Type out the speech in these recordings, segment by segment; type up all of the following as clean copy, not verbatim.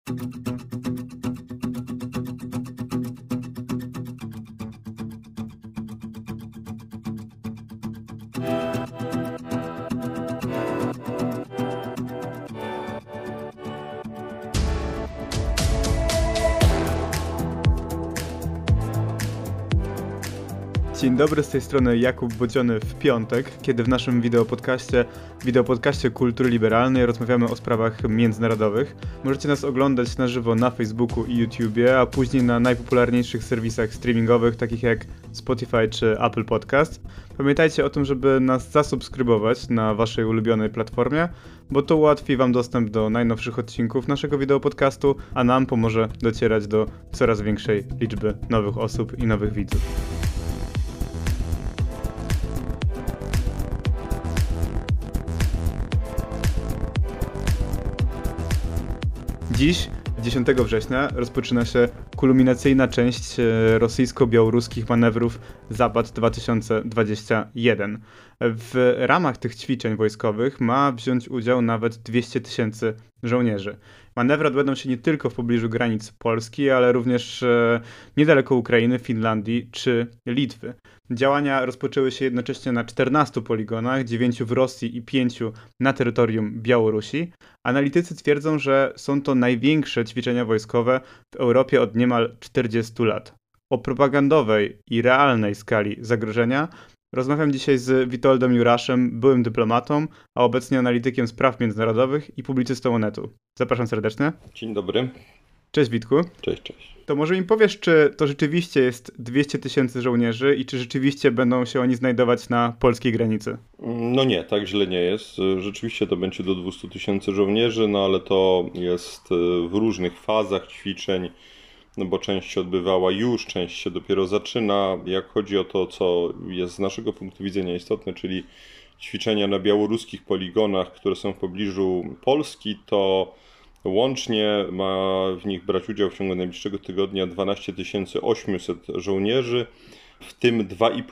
Dzień dobry, z tej strony Jakub Bodziony w piątek, kiedy w naszym wideopodcaście Kultury Liberalnej rozmawiamy o sprawach międzynarodowych. Możecie nas oglądać na żywo na Facebooku i YouTubie, a później na najpopularniejszych serwisach streamingowych, takich jak Spotify czy Apple Podcast. Pamiętajcie o tym, żeby nas zasubskrybować na waszej ulubionej platformie, bo to ułatwi wam dostęp do najnowszych odcinków naszego wideopodcastu, a nam pomoże docierać do coraz większej liczby nowych osób i nowych widzów. Dziś, 10 września, rozpoczyna się kulminacyjna część rosyjsko-białoruskich manewrów Zapad 2021. W ramach tych ćwiczeń wojskowych ma wziąć udział nawet 200 000 żołnierzy. Manewry odbędą się nie tylko w pobliżu granic Polski, ale również niedaleko Ukrainy, Finlandii czy Litwy. Działania rozpoczęły się jednocześnie na 14 poligonach, 9 w Rosji i 5 na terytorium Białorusi. Analitycy twierdzą, że są to największe ćwiczenia wojskowe w Europie od niemal 40 lat. O propagandowej i realnej skali zagrożenia rozmawiam dzisiaj z Witoldem Juraszem, byłym dyplomatą, a obecnie analitykiem spraw międzynarodowych i publicystą Onetu. Zapraszam serdecznie. Dzień dobry. Cześć Witku. Cześć. To może mi powiesz, czy to rzeczywiście jest 200 000 żołnierzy i czy rzeczywiście będą się oni znajdować na polskiej granicy? No nie, tak źle nie jest. Rzeczywiście to będzie do 200 000 żołnierzy, no ale to jest w różnych fazach ćwiczeń, no bo część się odbywała już, część się dopiero zaczyna. Jak chodzi o to, co jest z naszego punktu widzenia istotne, czyli ćwiczenia na białoruskich poligonach, które są w pobliżu Polski, to łącznie ma w nich brać udział w ciągu najbliższego tygodnia 12 800 żołnierzy, w tym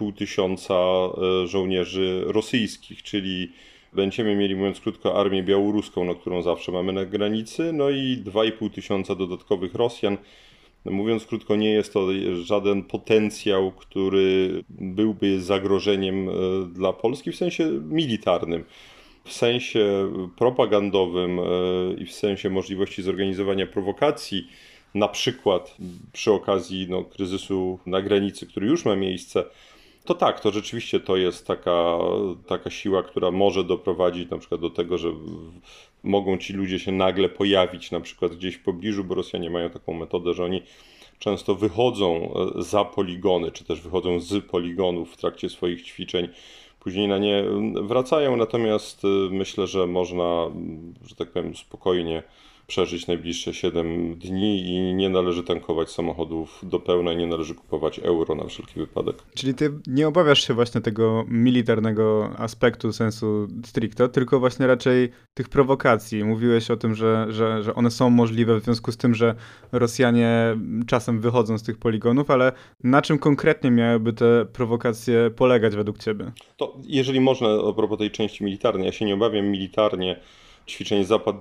2500 żołnierzy rosyjskich, czyli będziemy mieli, mówiąc krótko, armię białoruską, no, którą zawsze mamy na granicy, no i 2500 dodatkowych Rosjan. Mówiąc krótko, nie jest to żaden potencjał, który byłby zagrożeniem dla Polski w sensie militarnym. W sensie propagandowym i w sensie możliwości zorganizowania prowokacji, na przykład przy okazji kryzysu na granicy, który już ma miejsce, to tak, to rzeczywiście to jest taka siła, która może doprowadzić na przykład do tego, że mogą ci ludzie się nagle pojawić na przykład gdzieś w pobliżu, bo Rosjanie mają taką metodę, że oni często wychodzą za poligony, czy też wychodzą z poligonów w trakcie swoich ćwiczeń. Później na nie wracają, natomiast myślę, że można, że tak powiem, spokojnie przeżyć najbliższe 7 dni i nie należy tankować samochodów do pełna i nie należy kupować euro na wszelki wypadek. Czyli ty nie obawiasz się właśnie tego militarnego aspektu sensu stricto, tylko właśnie raczej tych prowokacji. Mówiłeś o tym, że one są możliwe w związku z tym, że Rosjanie czasem wychodzą z tych poligonów, ale na czym konkretnie miałyby te prowokacje polegać według ciebie? To jeżeli można, a propos tej części militarnej, ja się nie obawiam militarnie ćwiczeń Zapad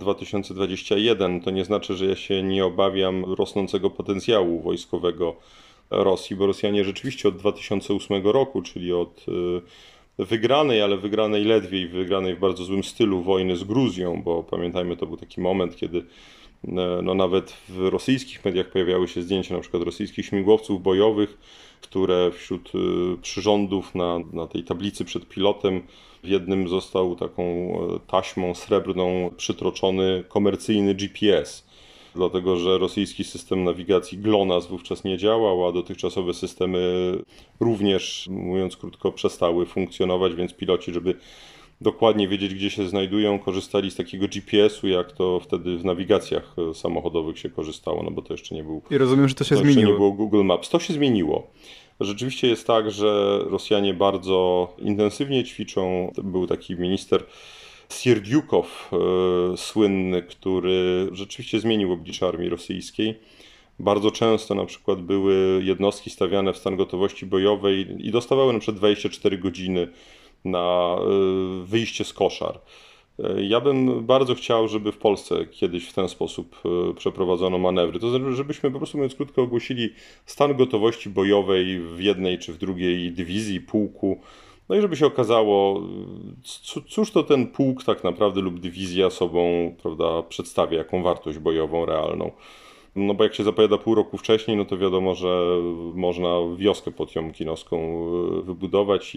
2021, to nie znaczy, że ja się nie obawiam rosnącego potencjału wojskowego Rosji, bo Rosjanie rzeczywiście od 2008 roku, czyli od wygranej, ale wygranej ledwie i wygranej w bardzo złym stylu wojny z Gruzją, bo pamiętajmy, to był taki moment, kiedy nawet w rosyjskich mediach pojawiały się zdjęcia na przykład rosyjskich śmigłowców bojowych, które wśród przyrządów na tej tablicy przed pilotem w jednym został taką taśmą srebrną przytroczony komercyjny GPS. Dlatego, że rosyjski system nawigacji GLONASS wówczas nie działał, a dotychczasowe systemy również, mówiąc krótko, przestały funkcjonować, więc piloci, żeby dokładnie wiedzieć, gdzie się znajdują, korzystali z takiego GPS-u, jak to wtedy w nawigacjach samochodowych się korzystało, no bo to jeszcze nie był... I rozumiem, że to się zmieniło. Jeszcze nie było Google Maps. To się zmieniło. Rzeczywiście jest tak, że Rosjanie bardzo intensywnie ćwiczą. Był taki minister Sierdziukow, słynny, który rzeczywiście zmienił oblicze armii rosyjskiej. Bardzo często na przykład były jednostki stawiane w stan gotowości bojowej i dostawały na przykład 24 godziny na wyjście z koszar. Ja bym bardzo chciał, żeby w Polsce kiedyś w ten sposób przeprowadzono manewry. To znaczy, żebyśmy po prostu, mówiąc krótko, ogłosili stan gotowości bojowej w jednej czy w drugiej dywizji, pułku. No i żeby się okazało, cóż to ten pułk tak naprawdę lub dywizja sobą, prawda, przedstawia, jaką wartość bojową realną. No bo jak się zapowiada pół roku wcześniej, no to wiadomo, że można wioskę potiomkinowską wybudować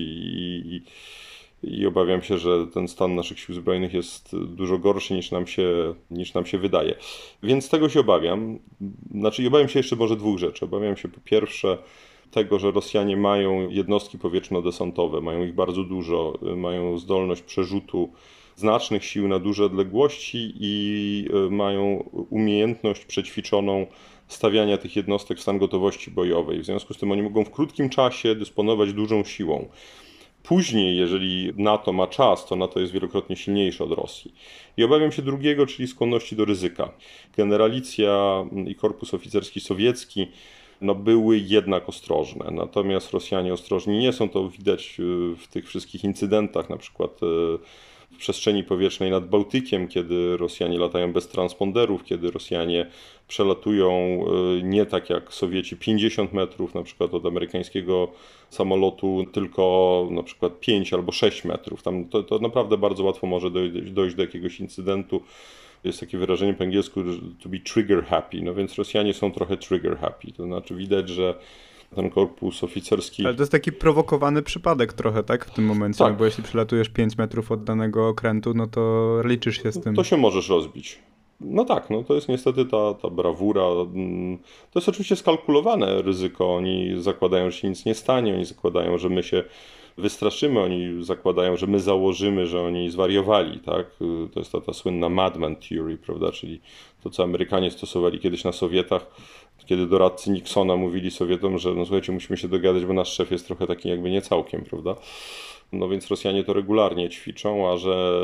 i obawiam się, że ten stan naszych sił zbrojnych jest dużo gorszy niż nam się wydaje. Więc tego się obawiam. Znaczy, i obawiam się jeszcze może dwóch rzeczy. Obawiam się po pierwsze tego, że Rosjanie mają jednostki powietrzno-desantowe, mają ich bardzo dużo, mają zdolność przerzutu znacznych sił na duże odległości i mają umiejętność przećwiczoną stawiania tych jednostek w stan gotowości bojowej. W związku z tym oni mogą w krótkim czasie dysponować dużą siłą. Później, jeżeli NATO ma czas, to NATO jest wielokrotnie silniejsze od Rosji. I obawiam się drugiego, czyli skłonności do ryzyka. Generalicja i korpus oficerski sowiecki no, były jednak ostrożne, natomiast Rosjanie ostrożni nie są. To widać w tych wszystkich incydentach, na przykład w przestrzeni powietrznej nad Bałtykiem, kiedy Rosjanie latają bez transponderów, kiedy Rosjanie przelatują nie tak jak Sowieci 50 metrów na przykład od amerykańskiego samolotu, tylko na przykład 5 albo 6 metrów. Tam to naprawdę bardzo łatwo może dojść do jakiegoś incydentu. Jest takie wyrażenie po angielsku, to be trigger happy, no więc Rosjanie są trochę trigger happy, to znaczy widać, że ten korpus oficerski... Ale to jest taki prowokowany przypadek trochę, tak? W tym momencie, Tak. Bo jeśli przelatujesz 5 metrów od danego okrętu, no to liczysz się z tym. To się możesz rozbić. No tak, no to jest niestety ta brawura. To jest oczywiście skalkulowane ryzyko. Oni zakładają, że się nic nie stanie, oni zakładają, że my się wystraszymy, oni zakładają, że my założymy, że oni zwariowali, tak? To jest ta słynna Madman Theory, prawda? Czyli to, co Amerykanie stosowali kiedyś na Sowietach, kiedy doradcy Nixona mówili Sowietom, że no słuchajcie, musimy się dogadać, bo nasz szef jest trochę taki jakby nie całkiem, prawda? No więc Rosjanie to regularnie ćwiczą, a że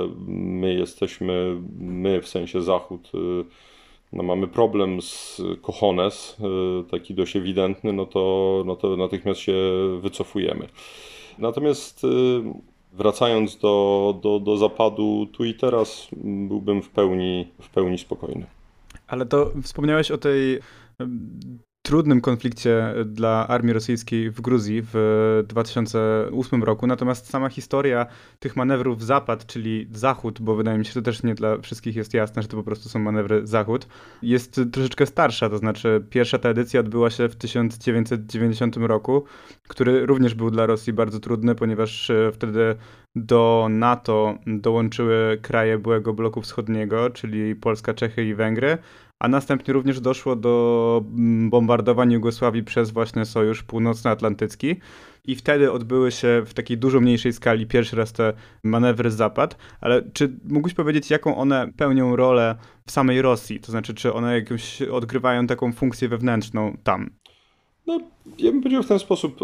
my w sensie Zachód, no mamy problem z cojones, taki dość ewidentny, no to natychmiast się wycofujemy. Natomiast wracając do zapadu tu i teraz, byłbym w pełni spokojny. Ale to wspomniałeś o tej trudnym konflikcie dla armii rosyjskiej w Gruzji w 2008 roku, natomiast sama historia tych manewrów Zapad, czyli Zachód, bo wydaje mi się, że to też nie dla wszystkich jest jasne, że to po prostu są manewry Zachód, jest troszeczkę starsza, to znaczy pierwsza ta edycja odbyła się w 1990 roku, który również był dla Rosji bardzo trudny, ponieważ wtedy do NATO dołączyły kraje byłego bloku wschodniego, czyli Polska, Czechy i Węgry, a następnie również doszło do bombardowań Jugosławii przez właśnie Sojusz Północnoatlantycki i wtedy odbyły się w takiej dużo mniejszej skali pierwszy raz te manewry Zapad, ale czy mógłbyś powiedzieć, jaką one pełnią rolę w samej Rosji? To znaczy, czy one jakąś odgrywają taką funkcję wewnętrzną tam? No, ja bym powiedział w ten sposób,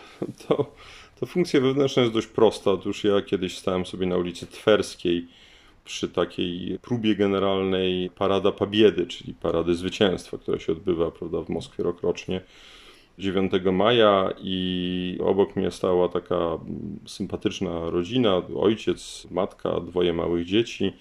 to funkcja wewnętrzna jest dość prosta. Otóż ja kiedyś stałem sobie na ulicy Twerskiej przy takiej próbie generalnej Parada Pabiedy, czyli Parady Zwycięstwa, która się odbywa, prawda, w Moskwie rokrocznie 9 maja i obok mnie stała taka sympatyczna rodzina, ojciec, matka, dwoje małych dzieci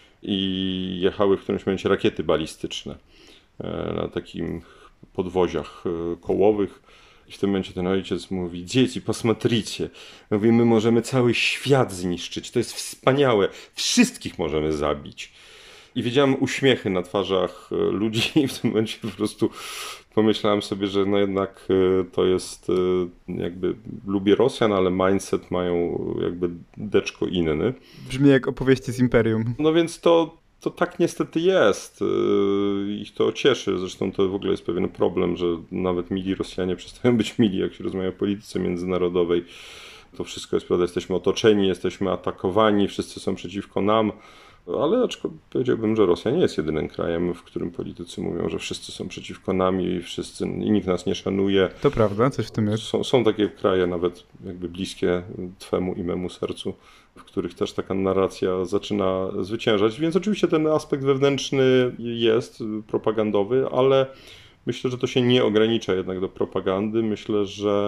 i jechały w którymś momencie rakiety balistyczne na takim podwoziach kołowych. I w tym momencie ten ojciec mówi: dzieci, posмотрите. Mówi: my możemy cały świat zniszczyć, to jest wspaniałe, wszystkich możemy zabić. I widziałem uśmiechy na twarzach ludzi i w tym momencie po prostu pomyślałem sobie, że no jednak to jest jakby, lubię Rosjan, ale mindset mają jakby deczko inny. Brzmi jak opowieści z Imperium. No więc to tak niestety jest. Ich to cieszy. Zresztą to w ogóle jest pewien problem, że nawet mili Rosjanie przestają być mili, jak się rozmawia o polityce międzynarodowej. To wszystko jest, prawda, jesteśmy otoczeni, jesteśmy atakowani, wszyscy są przeciwko nam. Ale powiedziałbym, że Rosja nie jest jedynym krajem, w którym politycy mówią, że wszyscy są przeciwko nam i nikt nas nie szanuje. To prawda, coś w tym jest. Są takie kraje nawet jakby bliskie twemu i memu sercu, w których też taka narracja zaczyna zwyciężać. Więc oczywiście ten aspekt wewnętrzny jest propagandowy, ale myślę, że to się nie ogranicza jednak do propagandy. Myślę, że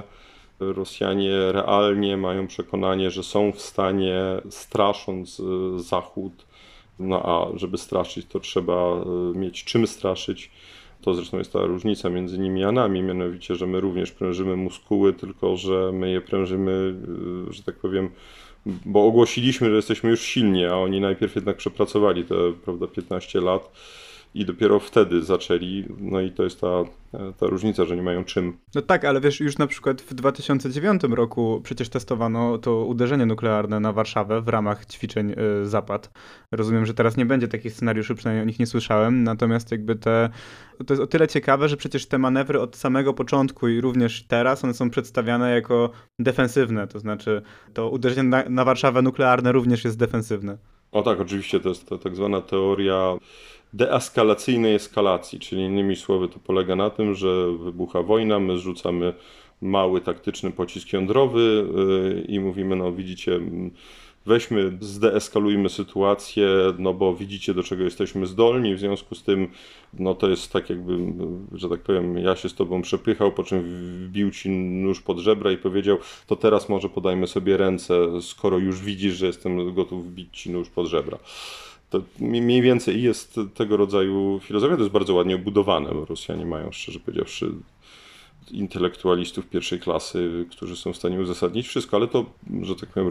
Rosjanie realnie mają przekonanie, że są w stanie, strasząc Zachód, No a żeby straszyć, to trzeba mieć czym straszyć. To zresztą jest ta różnica między nimi a nami, mianowicie, że my również prężymy muskuły, tylko że my je prężymy, że tak powiem, bo ogłosiliśmy, że jesteśmy już silni, a oni najpierw jednak przepracowali te, prawda, 15 lat i dopiero wtedy zaczęli. No i to jest ta różnica, że nie mają czym. No tak, ale wiesz, już na przykład w 2009 roku przecież testowano to uderzenie nuklearne na Warszawę w ramach ćwiczeń Zapad. Rozumiem, że teraz nie będzie takich scenariuszy, przynajmniej o nich nie słyszałem, natomiast jakby to jest o tyle ciekawe, że przecież te manewry od samego początku i również teraz one są przedstawiane jako defensywne, to znaczy to uderzenie na Warszawę nuklearne również jest defensywne. O tak, oczywiście to jest ta tak zwana teoria deeskalacyjnej eskalacji, czyli innymi słowy to polega na tym, że wybucha wojna, my zrzucamy mały taktyczny pocisk jądrowy i mówimy, no widzicie, weźmy, zdeeskalujmy sytuację, no bo widzicie, do czego jesteśmy zdolni, w związku z tym, no to jest tak jakby, że tak powiem, ja się z tobą przepychał, po czym wbił ci nóż pod żebra i powiedział, to teraz może podajmy sobie ręce, skoro już widzisz, że jestem gotów wbić ci nóż pod żebra. To mniej więcej jest tego rodzaju filozofia, to jest bardzo ładnie obudowane, bo Rosjanie mają, szczerze powiedziawszy, intelektualistów pierwszej klasy, którzy są w stanie uzasadnić wszystko, ale to, że tak powiem,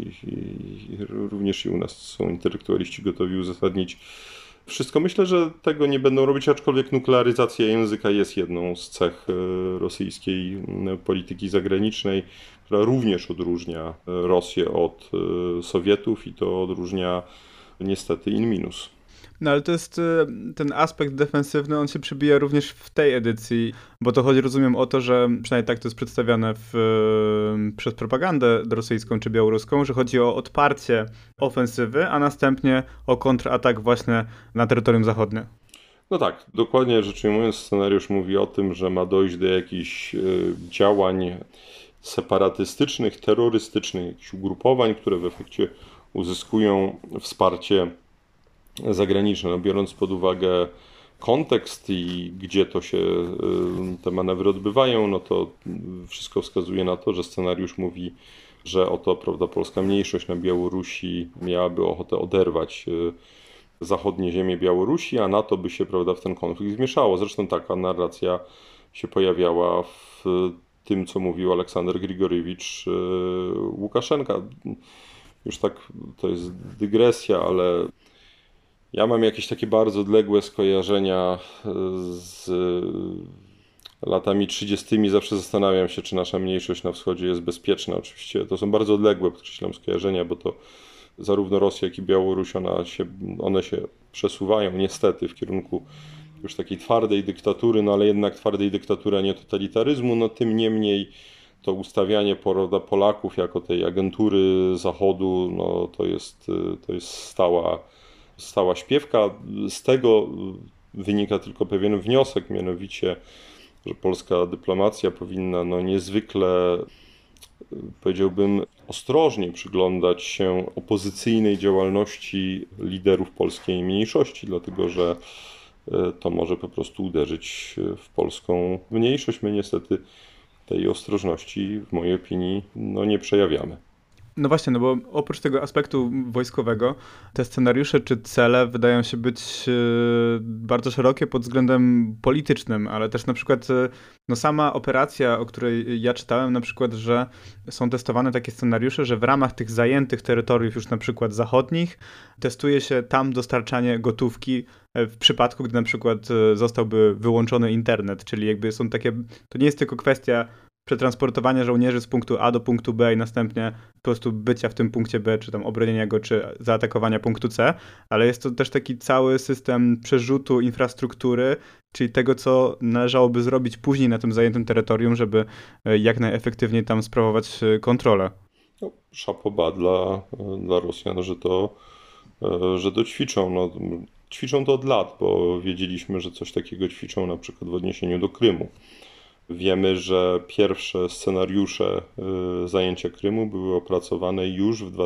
również i u nas są intelektualiści gotowi uzasadnić wszystko. Myślę, że tego nie będą robić, aczkolwiek nuklearyzacja języka jest jedną z cech rosyjskiej polityki zagranicznej, która również odróżnia Rosję od Sowietów i to odróżnia niestety in minus. No ale to jest ten aspekt defensywny, on się przybija również w tej edycji, bo to chodzi, rozumiem, o to, że przynajmniej tak to jest przedstawiane przez propagandę rosyjską czy białoruską, że chodzi o odparcie ofensywy, a następnie o kontratak właśnie na terytorium zachodnie. No tak, dokładnie rzecz ujmując, scenariusz mówi o tym, że ma dojść do jakichś działań separatystycznych, terrorystycznych, jakichś ugrupowań, które w efekcie uzyskują wsparcie zagraniczne. No, biorąc pod uwagę kontekst i gdzie to się te manewry odbywają, no to wszystko wskazuje na to, że scenariusz mówi, że oto, prawda, polska mniejszość na Białorusi miałaby ochotę oderwać zachodnie ziemie Białorusi, a NATO by się, prawda, w ten konflikt zmieszało. Zresztą taka narracja się pojawiała w tym, co mówił Aleksander Grigorjewicz Łukaszenka. Już tak, to jest dygresja, ale ja mam jakieś takie bardzo odległe skojarzenia z latami 30. Zawsze zastanawiam się, czy nasza mniejszość na wschodzie jest bezpieczna. Oczywiście to są bardzo odległe, podkreślam, skojarzenia, bo to zarówno Rosja, jak i Białoruś, one się przesuwają niestety w kierunku już takiej twardej dyktatury, no ale jednak twardej dyktatury, a nie totalitaryzmu. No tym niemniej to ustawianie Polaków jako tej agentury Zachodu, no to jest stała śpiewka. Z tego wynika tylko pewien wniosek, mianowicie, że polska dyplomacja powinna no niezwykle, powiedziałbym, ostrożnie przyglądać się opozycyjnej działalności liderów polskiej mniejszości, dlatego że to może po prostu uderzyć w polską mniejszość. My niestety tej ostrożności, w mojej opinii, no nie przejawiamy. No właśnie, no bo oprócz tego aspektu wojskowego, te scenariusze czy cele wydają się być bardzo szerokie pod względem politycznym, ale też na przykład no sama operacja, o której ja czytałem na przykład, że są testowane takie scenariusze, że w ramach tych zajętych terytoriów już na przykład zachodnich testuje się tam dostarczanie gotówki w przypadku, gdy na przykład zostałby wyłączony internet, czyli jakby są takie, to nie jest tylko kwestia przetransportowania żołnierzy z punktu A do punktu B i następnie po prostu bycia w tym punkcie B, czy tam obronienia go, czy zaatakowania punktu C, ale jest to też taki cały system przerzutu infrastruktury, czyli tego, co należałoby zrobić później na tym zajętym terytorium, żeby jak najefektywniej tam sprawować kontrolę. No, szapoba dla Rosjan, że to ćwiczą. No, ćwiczą to od lat, bo wiedzieliśmy, że coś takiego ćwiczą na przykład w odniesieniu do Krymu. Wiemy, że pierwsze scenariusze zajęcia Krymu były opracowane już w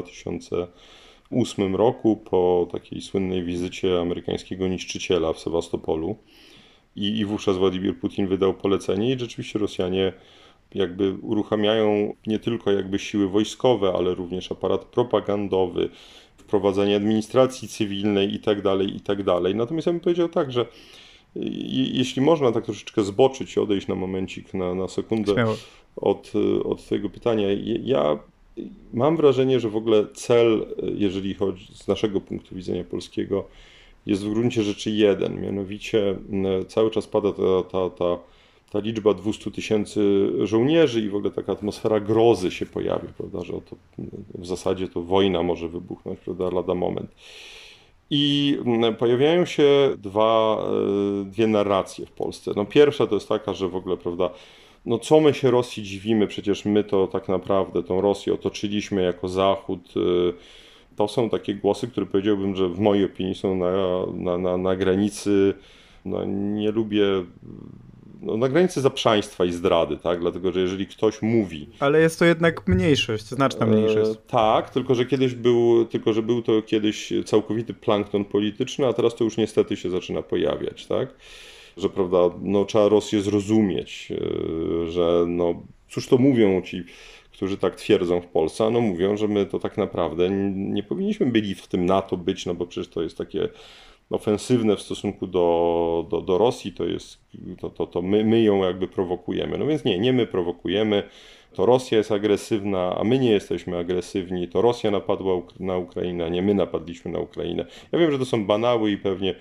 2008 roku po takiej słynnej wizycie amerykańskiego niszczyciela w Sewastopolu. I wówczas Władimir Putin wydał polecenie i rzeczywiście Rosjanie jakby uruchamiają nie tylko jakby siły wojskowe, ale również aparat propagandowy, wprowadzanie administracji cywilnej i tak dalej, i tak dalej. Natomiast ja bym powiedział tak, że jeśli można tak troszeczkę zboczyć i odejść na momencik, na sekundę Śmiało. od tego pytania, ja mam wrażenie, że w ogóle cel, jeżeli chodzi z naszego punktu widzenia polskiego, jest w gruncie rzeczy jeden, mianowicie cały czas pada ta liczba 200 tysięcy żołnierzy i w ogóle taka atmosfera grozy się pojawia, prawda, że oto w zasadzie to wojna może wybuchnąć, prawda, lada moment. I pojawiają się dwie narracje w Polsce. No pierwsza to jest taka, że w ogóle, prawda, no co my się Rosji dziwimy, przecież my to tak naprawdę tą Rosję otoczyliśmy jako Zachód. To są takie głosy, które powiedziałbym, że w mojej opinii są na granicy, no nie lubię, no na granicy zaprzaństwa i zdrady, tak? Dlatego, że jeżeli ktoś mówi... Ale jest to jednak mniejszość, znaczna mniejszość. Tak, tylko że był to kiedyś całkowity plankton polityczny, a teraz to już niestety się zaczyna pojawiać, tak? Że prawda, no trzeba Rosję zrozumieć, że no cóż to mówią ci, którzy tak twierdzą w Polsce, no mówią, że my to tak naprawdę nie powinniśmy byli w tym NATO być, no bo przecież to jest takie ofensywne w stosunku do Rosji, to my ją jakby prowokujemy. No więc nie my prowokujemy, to Rosja jest agresywna, a my nie jesteśmy agresywni, to Rosja napadła na Ukrainę, a nie my napadliśmy na Ukrainę. Ja wiem, że to są banały i pewnie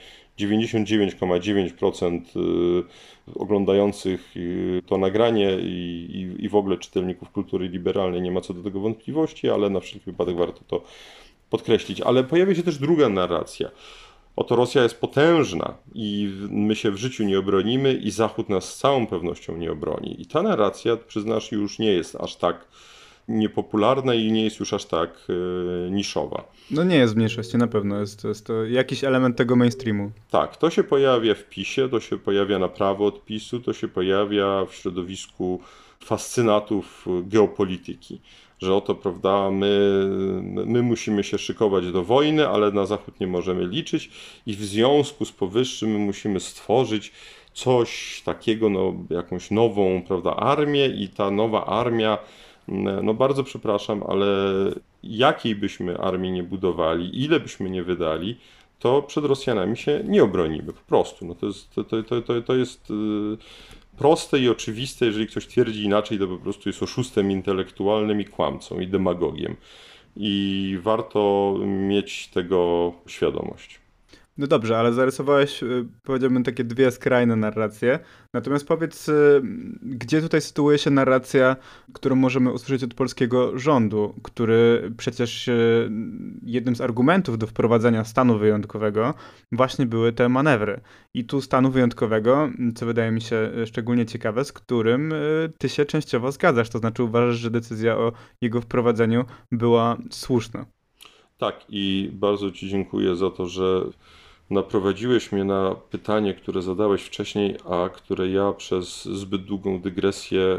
99,9% oglądających to nagranie i w ogóle czytelników kultury liberalnej nie ma co do tego wątpliwości, ale na wszelki wypadek warto to podkreślić. Ale pojawia się też druga narracja. Oto Rosja jest potężna i my się w życiu nie obronimy i Zachód nas z całą pewnością nie obroni. I ta narracja, przyznasz, już nie jest aż tak niepopularna i nie jest już aż tak niszowa. No nie jest w mniejszości, na pewno. Jest to jakiś element tego mainstreamu. Tak, to się pojawia w PiS-ie, to się pojawia na prawo od PiS-u, to się pojawia w środowisku fascynatów geopolityki. Że oto, prawda, my musimy się szykować do wojny, ale na Zachód nie możemy liczyć i w związku z powyższym my musimy stworzyć coś takiego, no, jakąś nową, prawda, armię i ta nowa armia, no bardzo przepraszam, ale jakiej byśmy armii nie budowali, ile byśmy nie wydali, to przed Rosjanami się nie obronimy, po prostu. No to jest proste i oczywiste, jeżeli ktoś twierdzi inaczej, to po prostu jest oszustem intelektualnym i kłamcą i demagogiem. I warto mieć tego świadomość. No dobrze, ale zarysowałeś, powiedziałbym, takie dwie skrajne narracje. Natomiast powiedz, gdzie tutaj sytuuje się narracja, którą możemy usłyszeć od polskiego rządu, który przecież jednym z argumentów do wprowadzenia stanu wyjątkowego właśnie były te manewry. I tu stanu wyjątkowego, co wydaje mi się szczególnie ciekawe, z którym ty się częściowo zgadzasz. To znaczy uważasz, że decyzja o jego wprowadzeniu była słuszna. Tak, i bardzo Ci dziękuję za to, że naprowadziłeś mnie na pytanie, które zadałeś wcześniej, a które ja przez zbyt długą dygresję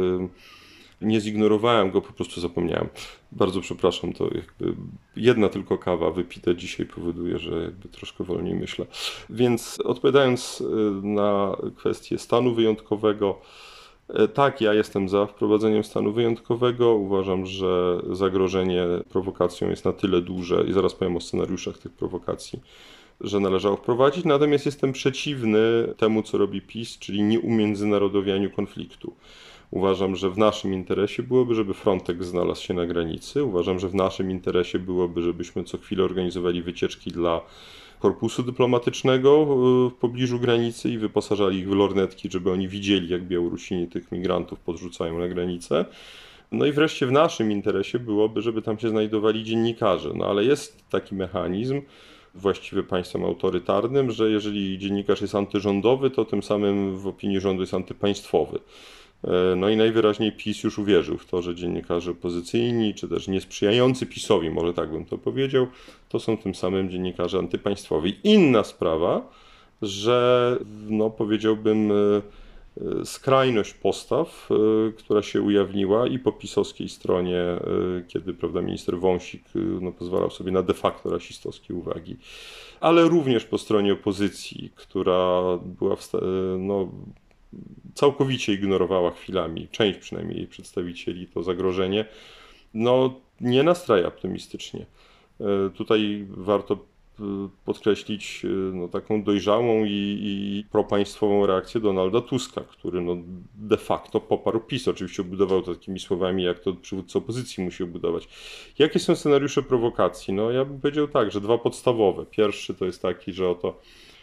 nie zignorowałem go, po prostu zapomniałem. Bardzo przepraszam, to jakby jedna tylko kawa wypita dzisiaj powoduje, że jakby troszkę wolniej myślę. Więc odpowiadając na kwestię stanu wyjątkowego, tak, ja jestem za wprowadzeniem stanu wyjątkowego. Uważam, że zagrożenie prowokacją jest na tyle duże i zaraz powiem o scenariuszach tych prowokacji, że należało wprowadzić. Natomiast jestem przeciwny temu, co robi PiS, czyli nieumiędzynarodowianiu konfliktu. Uważam, że w naszym interesie byłoby, żeby Frontex znalazł się na granicy. Uważam, że w naszym interesie byłoby, żebyśmy co chwilę organizowali wycieczki dla korpusu dyplomatycznego w pobliżu granicy i wyposażali ich w lornetki, żeby oni widzieli, jak Białorusini tych migrantów podrzucają na granicę. No i wreszcie w naszym interesie byłoby, żeby tam się znajdowali dziennikarze. No ale jest taki mechanizm, właściwie państwem autorytarnym, że jeżeli dziennikarz jest antyrządowy, to tym samym w opinii rządu jest antypaństwowy. No i najwyraźniej PiS już uwierzył w to, że dziennikarze opozycyjni, czy też niesprzyjający PiS-owi, może tak bym to powiedział, to są tym samym dziennikarze antypaństwowi. Inna sprawa, że no powiedziałbym skrajność postaw, która się ujawniła i po pisowskiej stronie, kiedy prawda, minister Wąsik no, pozwalał sobie na de facto rasistowskie uwagi, ale również po stronie opozycji, która była no, całkowicie ignorowała chwilami, część przynajmniej jej przedstawicieli, to zagrożenie, no nie nastraja optymistycznie. Tutaj warto podkreślić no, taką dojrzałą i propaństwową reakcję Donalda Tuska, który no, de facto poparł PiS. Oczywiście obudował to takimi słowami, jak to przywódca opozycji musi obudować. Jakie są scenariusze prowokacji? No ja bym powiedział tak, że dwa podstawowe. Pierwszy to jest taki, że oto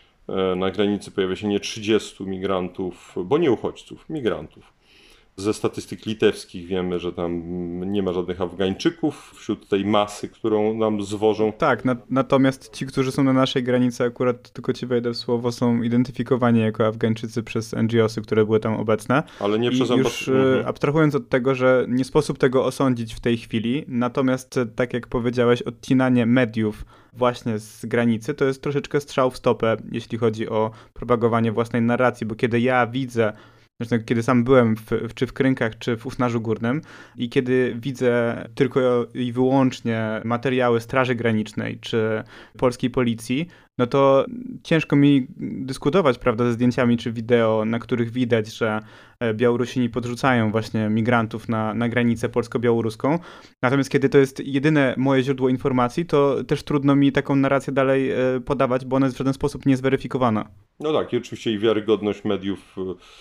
na granicy pojawia się nie 30 migrantów, bo nie uchodźców, migrantów. Ze statystyk litewskich wiemy, że tam nie ma żadnych Afgańczyków wśród tej masy, którą nam zwożą. Tak, natomiast ci, którzy są na naszej granicy, akurat tylko ci wejdę w słowo, są identyfikowani jako Afgańczycy przez NGO-sy, które były tam obecne. Ale nie przez już abstrahując od tego, że nie sposób tego osądzić w tej chwili, natomiast tak jak powiedziałeś, odcinanie mediów właśnie z granicy to jest troszeczkę strzał w stopę, jeśli chodzi o propagowanie własnej narracji, bo kiedy ja widzę, zresztą kiedy sam byłem czy w Krynkach, czy w Usnarzu Górnym i kiedy widzę tylko i wyłącznie materiały Straży Granicznej, czy polskiej policji, no to ciężko mi dyskutować, prawda, ze zdjęciami czy wideo, na których widać, że Białorusini podrzucają właśnie migrantów na granicę polsko-białoruską. Natomiast kiedy to jest jedyne moje źródło informacji, to też trudno mi taką narrację dalej podawać, bo ona jest w żaden sposób niezweryfikowana. No tak, i oczywiście i wiarygodność mediów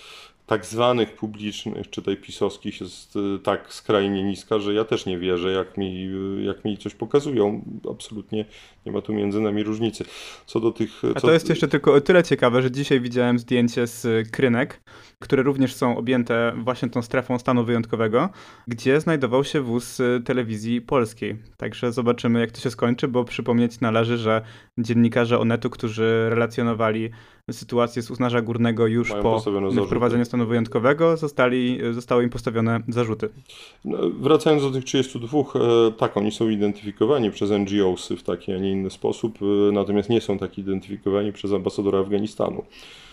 tak zwanych publicznych, czy tej pisowskich jest tak skrajnie niska, że ja też nie wierzę, jak mi coś pokazują. Absolutnie nie ma tu między nami różnicy. Co do tych... A to jest jeszcze tylko o tyle ciekawe, że dzisiaj widziałem zdjęcie z Krynek, które również są objęte właśnie tą strefą stanu wyjątkowego, gdzie znajdował się wóz telewizji polskiej. Także zobaczymy, jak to się skończy, bo przypomnieć należy, że dziennikarze Onetu, którzy relacjonowali sytuację z Usnarza Górnego już po wprowadzeniu stanu wyjątkowego, zostały im postawione zarzuty. No, wracając do tych 32, tak, oni są identyfikowani przez NGO-sy w taki, a nie inny sposób, natomiast nie są tak identyfikowani przez ambasadora Afganistanu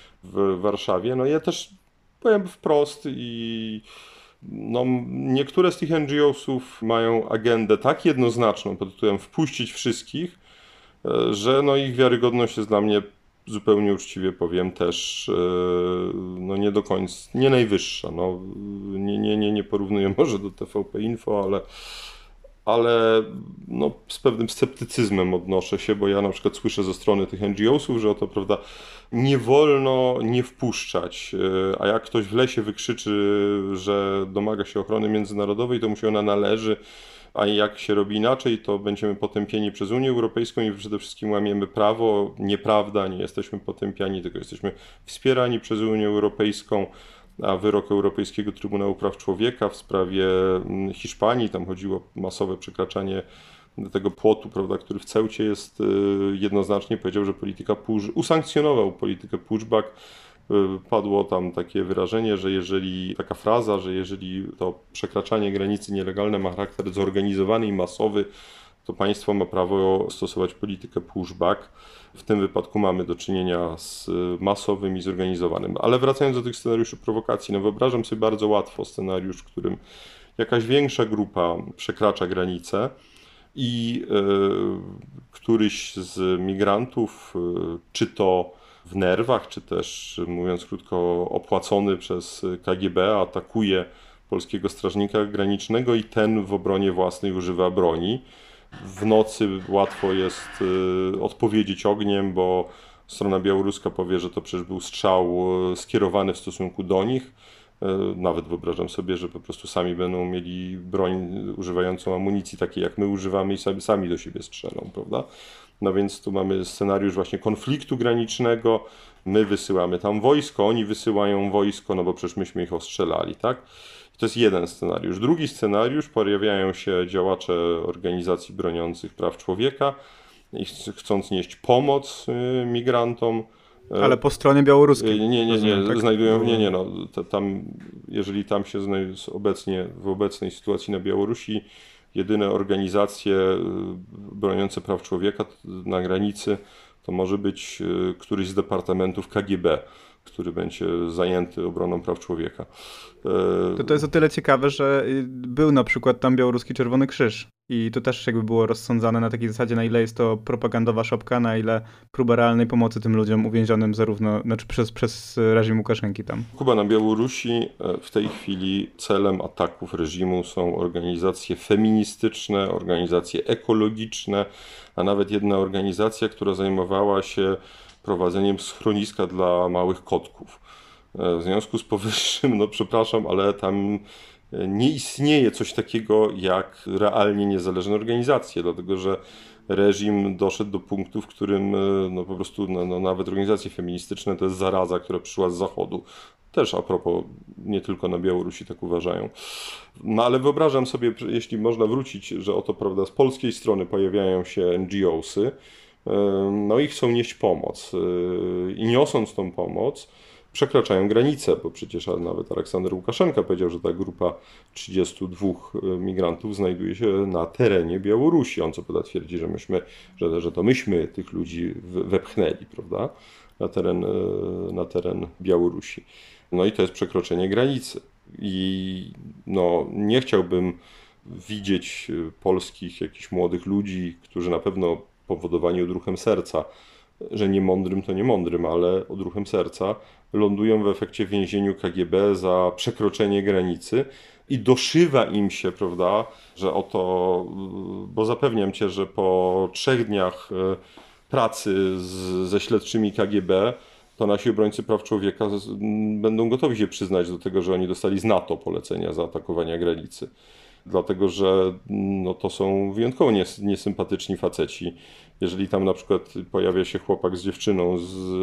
w Warszawie. No ja też powiem wprost i no, niektóre z tych NGO-sów mają agendę tak jednoznaczną pod tytułem wpuścić wszystkich, że no, ich wiarygodność jest dla mnie, zupełnie uczciwie powiem, też no nie do końca, nie najwyższa. No, nie porównuję może do TVP Info, ale no, z pewnym sceptycyzmem odnoszę się, bo ja na przykład słyszę ze strony tych NGO-sów, że oto, prawda, nie wolno nie wpuszczać, a jak ktoś w lesie wykrzyczy, że domaga się ochrony międzynarodowej, to mu się ona należy, a jak się robi inaczej, to będziemy potępieni przez Unię Europejską i przede wszystkim łamiemy prawo. Nieprawda, nie jesteśmy potępiani, tylko jesteśmy wspierani przez Unię Europejską. A wyrok Europejskiego Trybunału Praw Człowieka w sprawie Hiszpanii, tam chodziło o masowe przekraczanie tego płotu, prawda, który w Ceucie jest, jednoznacznie powiedział, że usankcjonował politykę pushback. Padło tam takie wyrażenie, że taka fraza, że jeżeli to przekraczanie granicy nielegalne ma charakter zorganizowany i masowy, to państwo ma prawo stosować politykę pushback. W tym wypadku mamy do czynienia z masowym i zorganizowanym. Ale wracając do tych scenariuszy prowokacji, no wyobrażam sobie bardzo łatwo scenariusz, w którym jakaś większa grupa przekracza granicę i któryś z migrantów, czy to w nerwach, czy też, mówiąc krótko, opłacony przez KGB, atakuje polskiego strażnika granicznego i ten w obronie własnej używa broni. W nocy łatwo jest odpowiedzieć ogniem, bo strona białoruska powie, że to przecież był strzał skierowany w stosunku do nich. Nawet wyobrażam sobie, że po prostu sami będą mieli broń używającą amunicji takiej, jak my używamy i sami do siebie strzelą, prawda? No więc tu mamy scenariusz właśnie konfliktu granicznego. My wysyłamy tam wojsko, oni wysyłają wojsko, no bo przecież myśmy ich ostrzelali, tak? To jest jeden scenariusz. Drugi scenariusz, pojawiają się działacze organizacji broniących praw człowieka i chcąc nieść pomoc migrantom. Ale po stronie białoruskiej. Nie, tak? znajdują, no, tam, jeżeli tam się obecnie, w obecnej sytuacji na Białorusi, jedyne organizacje broniące praw człowieka na granicy to może być któryś z departamentów KGB. który będzie zajęty obroną praw człowieka. To jest o tyle ciekawe, że był na przykład tam białoruski Czerwony Krzyż i to też jakby było rozsądzane na takiej zasadzie, na ile jest to propagandowa szopka, na ile próba realnej pomocy tym ludziom uwięzionym zarówno, znaczy przez reżim Łukaszenki tam. Kuba, na Białorusi w tej chwili celem ataków reżimu są organizacje feministyczne, organizacje ekologiczne, a nawet jedna organizacja, która zajmowała się prowadzeniem schroniska dla małych kotków. W związku z powyższym, no przepraszam, ale tam nie istnieje coś takiego jak realnie niezależne organizacje, dlatego że reżim doszedł do punktu, w którym no po prostu nawet organizacje feministyczne to jest zaraza, która przyszła z zachodu. Też a propos, nie tylko na Białorusi tak uważają. No ale wyobrażam sobie, jeśli można wrócić, że oto, prawda, z polskiej strony pojawiają się NGO-sy, no i chcą nieść pomoc. I niosąc tą pomoc, przekraczają granice, bo przecież nawet Aleksander Łukaszenka powiedział, że ta grupa 32 migrantów znajduje się na terenie Białorusi. On co prawda twierdzi, że to myśmy tych ludzi wepchnęli, prawda, na teren Białorusi. No i to jest przekroczenie granicy. I no, nie chciałbym widzieć polskich jakichś młodych ludzi, którzy na pewno powodowani odruchem serca, że nie mądrym to nie mądrym, ale odruchem serca, lądują w efekcie w więzieniu KGB za przekroczenie granicy i doszywa im się, prawda, że oto, bo zapewniam cię, że po 3 dniach pracy ze śledczymi KGB, to nasi obrońcy praw człowieka będą gotowi się przyznać do tego, że oni dostali z NATO polecenia zaatakowania granicy. Dlatego, że no, to są wyjątkowo niesympatyczni faceci. Jeżeli tam na przykład pojawia się chłopak z dziewczyną,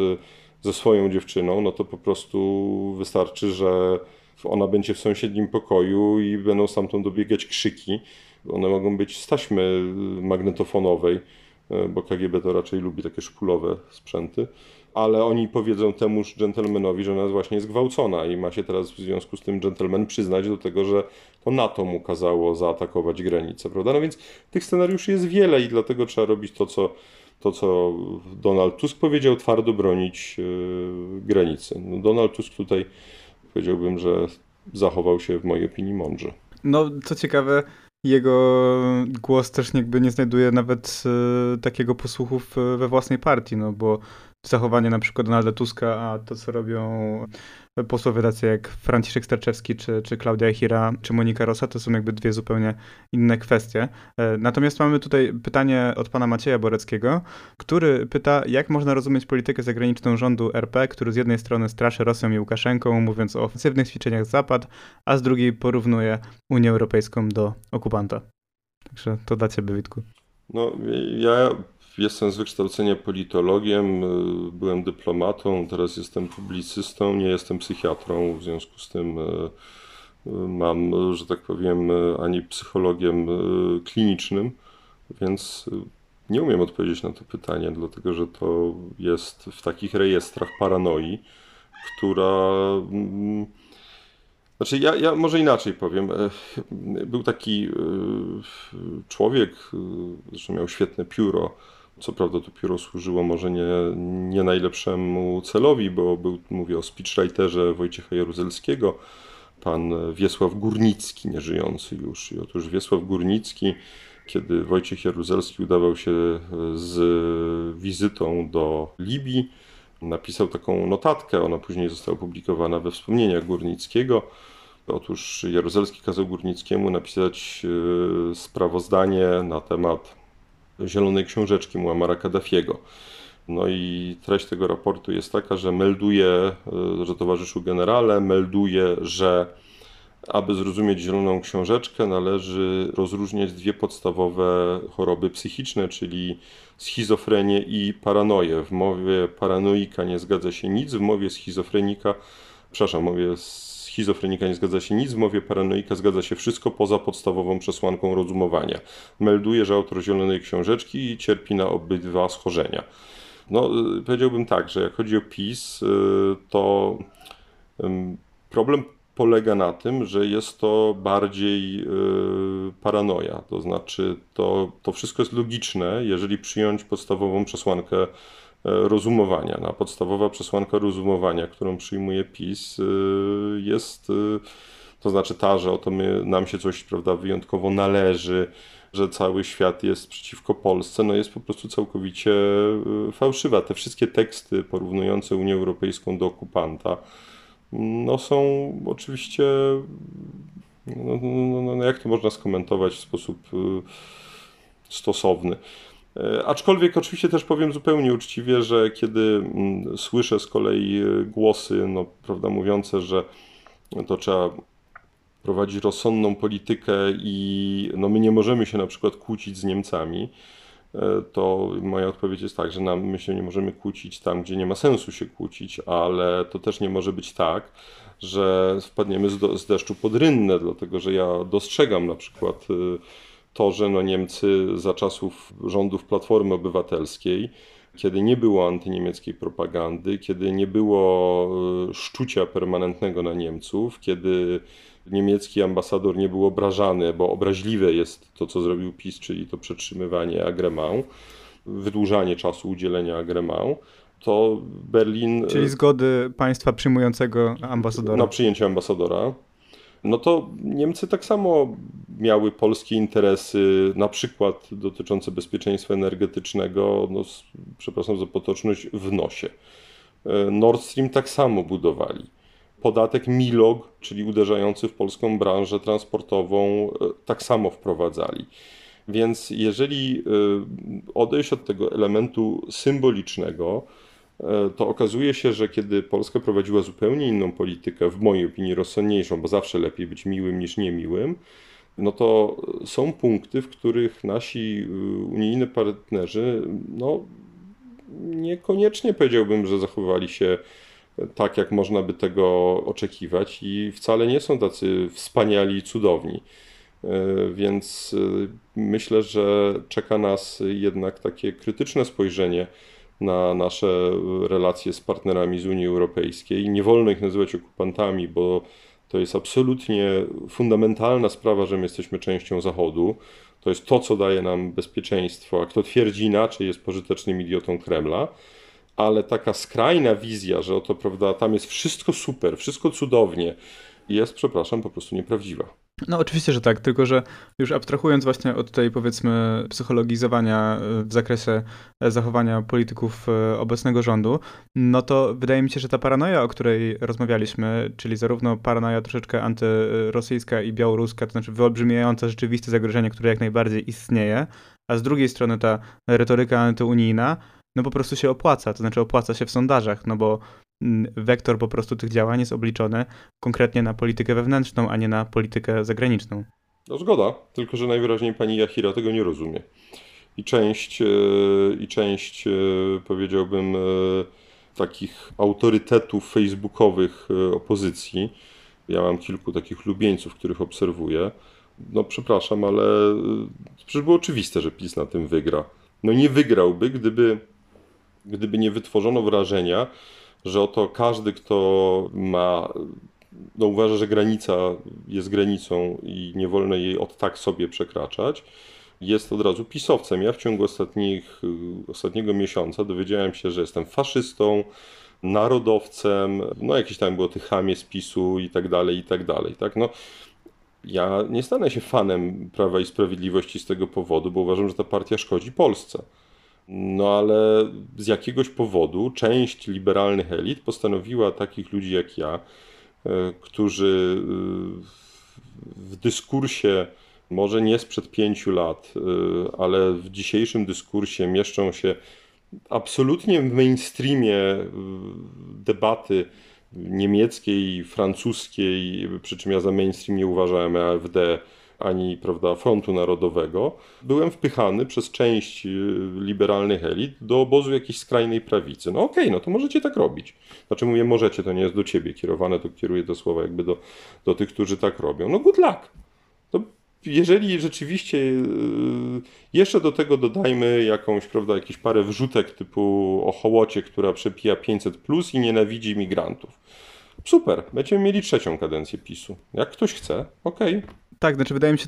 ze swoją dziewczyną, no to po prostu wystarczy, że ona będzie w sąsiednim pokoju i będą stamtąd dobiegać krzyki. One mogą być z taśmy magnetofonowej, bo KGB to raczej lubi takie szpulowe sprzęty. Ale oni powiedzą temuż dżentelmenowi, że ona jest właśnie zgwałcona i ma się teraz w związku z tym dżentelmen przyznać do tego, że to NATO mu kazało zaatakować granicę, prawda? No więc tych scenariuszy jest wiele i dlatego trzeba robić to, co Donald Tusk powiedział, twardo bronić granicy. No Donald Tusk tutaj powiedziałbym, że zachował się w mojej opinii mądrze. No, co ciekawe, jego głos też jakby nie znajduje nawet takiego posłuchu we własnej partii, no bo zachowanie na przykład Donalda Tuska, a to co robią posłowie tacy jak Franciszek Sterczewski, czy Klaudia Jachira, czy Monika Rosa, to są jakby dwie zupełnie inne kwestie. Natomiast mamy tutaj pytanie od pana Macieja Boreckiego, który pyta, jak można rozumieć politykę zagraniczną rządu RP, który z jednej strony straszy Rosją i Łukaszenką, mówiąc o ofensywnych ćwiczeniach Zapad, a z drugiej porównuje Unię Europejską do okupanta. Także to dla ciebie, Witku. No, ja jestem z wykształcenia politologiem, byłem dyplomatą, teraz jestem publicystą, nie jestem psychiatrą, w związku z tym mam, że tak powiem, ani psychologiem klinicznym, więc nie umiem odpowiedzieć na to pytanie, dlatego że to jest w takich rejestrach paranoi, która... Znaczy, ja może inaczej powiem. Był taki człowiek, zresztą miał świetne pióro. Co prawda to pióro służyło może nie najlepszemu celowi, bo mówię o speechwriterze Wojciecha Jaruzelskiego, pan Wiesław Górnicki, nieżyjący już. I otóż Wiesław Górnicki, kiedy Wojciech Jaruzelski udawał się z wizytą do Libii, napisał taką notatkę, ona później została opublikowana we wspomnieniach Górnickiego. Otóż Jaruzelski kazał Górnickiemu napisać sprawozdanie na temat Zielonej Książeczki Muammara Kaddafiego. No i treść tego raportu jest taka, że melduje, że towarzyszu generale melduje, że aby zrozumieć Zieloną Książeczkę należy rozróżniać dwie podstawowe choroby psychiczne, czyli schizofrenię i paranoję. W mowie paranoika nie zgadza się nic, w mowie schizofrenika nie zgadza się nic, w mowie paranoika zgadza się wszystko poza podstawową przesłanką rozumowania. Melduje, że autor Zielonej Książeczki cierpi na obydwa schorzenia. No, powiedziałbym tak, że jak chodzi o PiS, to problem polega na tym, że jest to bardziej paranoja. To znaczy, to wszystko jest logiczne, jeżeli przyjąć podstawową przesłankę rozumowania. No, a podstawowa przesłanka rozumowania, którą przyjmuje PiS, jest to znaczy ta, że oto nam się coś, prawda, wyjątkowo należy, że cały świat jest przeciwko Polsce, no jest po prostu całkowicie fałszywa. Te wszystkie teksty porównujące Unię Europejską do okupanta, no są oczywiście, no jak to można skomentować w sposób stosowny. Aczkolwiek oczywiście też powiem zupełnie uczciwie, że kiedy słyszę z kolei głosy, no, prawda, mówiące, że to trzeba prowadzić rozsądną politykę i no, my nie możemy się na przykład kłócić z Niemcami, to moja odpowiedź jest tak, że my się nie możemy kłócić tam, gdzie nie ma sensu się kłócić, ale to też nie może być tak, że wpadniemy z deszczu pod rynnę, dlatego że ja dostrzegam na przykład to, że no Niemcy za czasów rządów Platformy Obywatelskiej, kiedy nie było antyniemieckiej propagandy, kiedy nie było szczucia permanentnego na Niemców, kiedy niemiecki ambasador nie był obrażany, bo obraźliwe jest to, co zrobił PiS, czyli to przetrzymywanie agreement, wydłużanie czasu udzielenia agreement, to Berlin... Czyli zgody państwa przyjmującego ambasadora. Na przyjęcie ambasadora. No to Niemcy tak samo miały polskie interesy, na przykład dotyczące bezpieczeństwa energetycznego, no, przepraszam za potoczność, w nosie. Nord Stream tak samo budowali. Podatek MILOG, czyli uderzający w polską branżę transportową, tak samo wprowadzali. Więc jeżeli odejść od tego elementu symbolicznego, to okazuje się, że kiedy Polska prowadziła zupełnie inną politykę, w mojej opinii rozsądniejszą, bo zawsze lepiej być miłym niż niemiłym, no to są punkty, w których nasi unijni partnerzy, no niekoniecznie powiedziałbym, że zachowywali się tak, jak można by tego oczekiwać i wcale nie są tacy wspaniali i cudowni. Więc myślę, że czeka nas jednak takie krytyczne spojrzenie na nasze relacje z partnerami z Unii Europejskiej. Nie wolno ich nazywać okupantami, bo to jest absolutnie fundamentalna sprawa, że my jesteśmy częścią Zachodu. To jest to, co daje nam bezpieczeństwo, a kto twierdzi inaczej, jest pożytecznym idiotą Kremla. Ale taka skrajna wizja, że oto, prawda, tam jest wszystko super, wszystko cudownie, jest, przepraszam, po prostu nieprawdziwa. No oczywiście, że tak, tylko że już abstrahując właśnie od tej, powiedzmy, psychologizowania w zakresie zachowania polityków obecnego rządu, no to wydaje mi się, że ta paranoja, o której rozmawialiśmy, czyli zarówno paranoja troszeczkę antyrosyjska i białoruska, to znaczy wyolbrzymiająca rzeczywiste zagrożenie, które jak najbardziej istnieje, a z drugiej strony ta retoryka antyunijna, no po prostu się opłaca, to znaczy opłaca się w sondażach, no bo wektor po prostu tych działań jest obliczony konkretnie na politykę wewnętrzną, a nie na politykę zagraniczną. No zgoda, tylko że najwyraźniej pani Jachira tego nie rozumie. I część powiedziałbym, takich autorytetów facebookowych opozycji, ja mam kilku takich lubieńców, których obserwuję, no przepraszam, ale przecież było oczywiste, że PiS na tym wygra. No nie wygrałby, gdyby nie wytworzono wrażenia, że oto każdy, kto no uważa, że granica jest granicą i nie wolno jej od tak sobie przekraczać, jest od razu pisowcem. Ja w ciągu ostatniego miesiąca dowiedziałem się, że jestem faszystą, narodowcem, no jakieś tam było tych chamie z PiS-u i tak dalej, tak? No, ja nie stanę się fanem Prawa i Sprawiedliwości z tego powodu, bo uważam, że ta partia szkodzi Polsce. No ale z jakiegoś powodu część liberalnych elit postanowiła takich ludzi jak ja, którzy w dyskursie, może nie sprzed 5 lat, ale w dzisiejszym dyskursie mieszczą się absolutnie w mainstreamie debaty niemieckiej, francuskiej, przy czym ja za mainstream nie uważałem AfD, ani, prawda, Frontu Narodowego, byłem wpychany przez część liberalnych elit do obozu jakiejś skrajnej prawicy. No okej, no to możecie tak robić. Znaczy mówię możecie, to nie jest do ciebie kierowane, to kieruję te słowa jakby do tych, którzy tak robią. No good luck. To jeżeli rzeczywiście jeszcze do tego dodajmy jakąś, prawda, jakieś parę wrzutek typu o hołocie, która przepija 500+ i nienawidzi migrantów. Super, będziemy mieli 3. kadencję PiS-u. Jak ktoś chce, okej. Tak, znaczy wydaje mi się też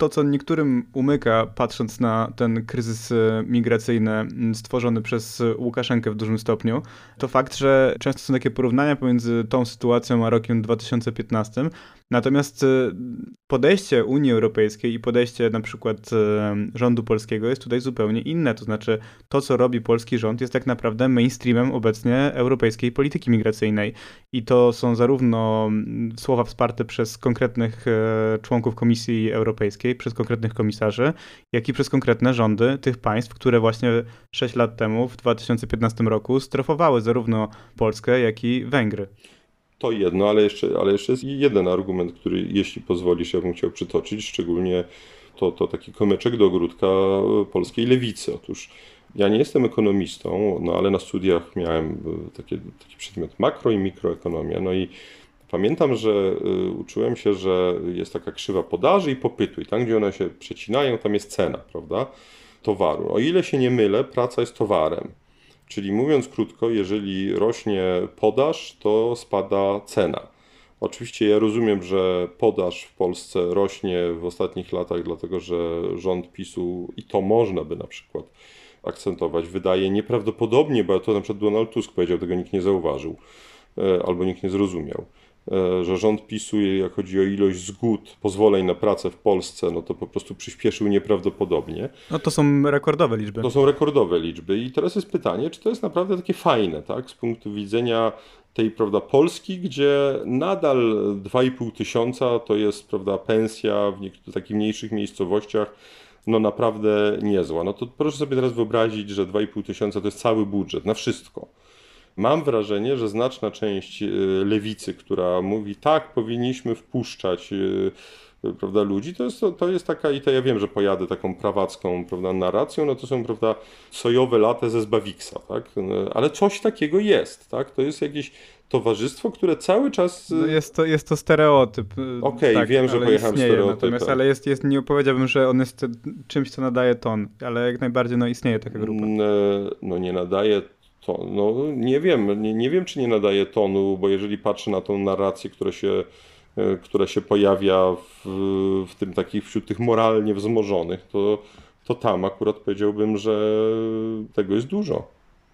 to, co niektórym umyka, patrząc na ten kryzys migracyjny stworzony przez Łukaszenkę w dużym stopniu, to fakt, że często są takie porównania pomiędzy tą sytuacją a rokiem 2015. Natomiast podejście Unii Europejskiej i podejście na przykład rządu polskiego jest tutaj zupełnie inne. To znaczy to, co robi polski rząd, jest tak naprawdę mainstreamem obecnie europejskiej polityki migracyjnej. I to są zarówno słowa wsparte przez konkretnych członków Komisji Europejskiej, przez konkretnych komisarzy, jak i przez konkretne rządy tych państw, które właśnie 6 lat temu, w 2015 roku, strofowały zarówno Polskę, jak i Węgry. To jedno, ale jeszcze jest jeden argument, który, jeśli pozwolisz, ja bym chciał przytoczyć, szczególnie to taki komeczek do ogródka polskiej lewicy. Otóż ja nie jestem ekonomistą, no ale na studiach miałem taki przedmiot makro i mikroekonomia. No i pamiętam, że uczyłem się, że jest taka krzywa podaży i popytu i tam, gdzie one się przecinają, tam jest cena, prawda, towaru. O ile się nie mylę, praca jest towarem. Czyli mówiąc krótko, jeżeli rośnie podaż, to spada cena. Oczywiście ja rozumiem, że podaż w Polsce rośnie w ostatnich latach, dlatego że rząd PiS-u, i to można by na przykład akcentować, wydaje nieprawdopodobnie, bo to na przykład Donald Tusk powiedział, tego nikt nie zauważył albo nikt nie zrozumiał, że rząd PiS-u, jak chodzi o ilość zgód, pozwoleń na pracę w Polsce, no to po prostu przyspieszył nieprawdopodobnie. No to są rekordowe liczby. To są rekordowe liczby i teraz jest pytanie, czy to jest naprawdę takie fajne, tak, z punktu widzenia tej, prawda, Polski, gdzie nadal 2,5 tysiąca to jest, prawda, pensja w takich mniejszych miejscowościach, no naprawdę niezła. No to proszę sobie teraz wyobrazić, że 2,5 tysiąca to jest cały budżet na wszystko. Mam wrażenie, że znaczna część lewicy, która mówi, tak, powinniśmy wpuszczać, prawda, ludzi, to jest taka, i to ja wiem, że pojadę taką prawacką, prawda, narracją, no to są, prawda, sojowe latte ze Zbawiksa, tak, ale coś takiego jest, tak, to jest jakieś towarzystwo, które cały czas... No jest to stereotyp. Okej, tak, wiem, że pojechałem stereotypem. Ale nie powiedziałbym, że on jest czymś, co nadaje ton, ale jak najbardziej no, istnieje taka grupa. No nie nadaje to, no nie wiem, czy nie nadaje tonu, bo jeżeli patrzę na tą narrację, która się pojawia w tym wśród tych moralnie wzmożonych, to tam akurat powiedziałbym, że tego jest dużo.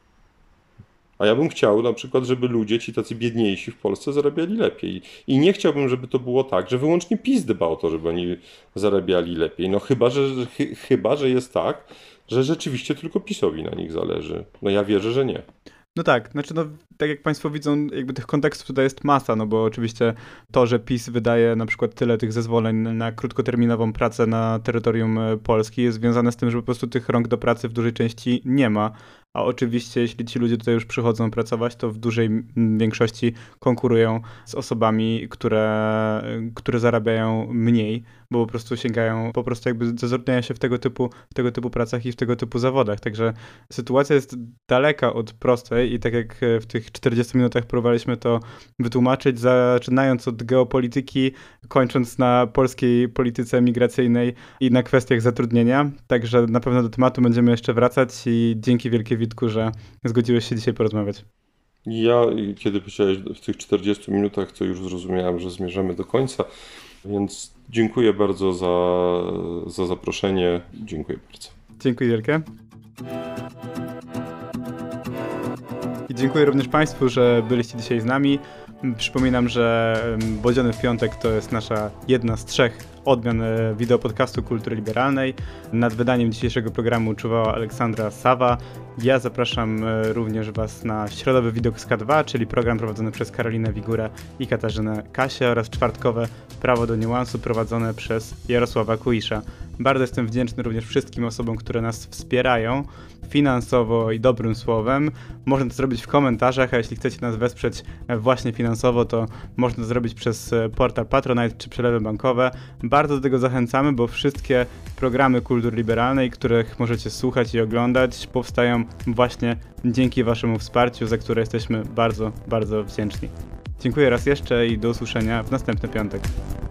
A ja bym chciał na przykład, żeby ludzie, ci tacy biedniejsi w Polsce zarabiali lepiej. I nie chciałbym, żeby to było tak, że wyłącznie PiS dba o to, żeby oni zarabiali lepiej. No chyba, że jest tak, że rzeczywiście tylko PiS-owi na nich zależy. No ja wierzę, że nie. No tak, znaczy no, tak jak Państwo widzą, jakby tych kontekstów tutaj jest masa, no bo oczywiście to, że PiS wydaje na przykład tyle tych zezwoleń na krótkoterminową pracę na terytorium Polski jest związane z tym, że po prostu tych rąk do pracy w dużej części nie ma. A oczywiście, jeśli ci ludzie tutaj już przychodzą pracować, to w dużej większości konkurują z osobami, które zarabiają mniej, bo po prostu sięgają, po prostu jakby zatrudniają się w tego typu pracach i w tego typu zawodach. Także sytuacja jest daleka od prostej i tak jak w tych 40 minutach próbowaliśmy to wytłumaczyć, zaczynając od geopolityki, kończąc na polskiej polityce migracyjnej i na kwestiach zatrudnienia. Także na pewno do tematu będziemy jeszcze wracać i dzięki wielkie, Witku, że zgodziłeś się dzisiaj porozmawiać. Ja, kiedy powiedziałeś w tych 40 minutach, to już zrozumiałem, że zmierzamy do końca, więc dziękuję bardzo za zaproszenie. Dziękuję bardzo. Dziękuję wielkie. I dziękuję również Państwu, że byliście dzisiaj z nami. Przypominam, że Bodziony w piątek to jest nasza jedna z 3 odmian wideopodcastu Kultury Liberalnej. Nad wydaniem dzisiejszego programu czuwała Aleksandra Sawa. Ja zapraszam również Was na środowy Widok z K2, czyli program prowadzony przez Karolinę Wigurę i Katarzynę Kasię oraz czwartkowe Prawo do niuansu prowadzone przez Jarosława Kuisza. Bardzo jestem wdzięczny również wszystkim osobom, które nas wspierają finansowo i dobrym słowem. Można to zrobić w komentarzach, a jeśli chcecie nas wesprzeć właśnie finansowo, to można to zrobić przez portal Patronite czy przelewy bankowe. Bardzo do tego zachęcamy, bo wszystkie programy kultury liberalnej, których możecie słuchać i oglądać, powstają właśnie dzięki Waszemu wsparciu, za które jesteśmy bardzo, bardzo wdzięczni. Dziękuję raz jeszcze i do usłyszenia w następny piątek.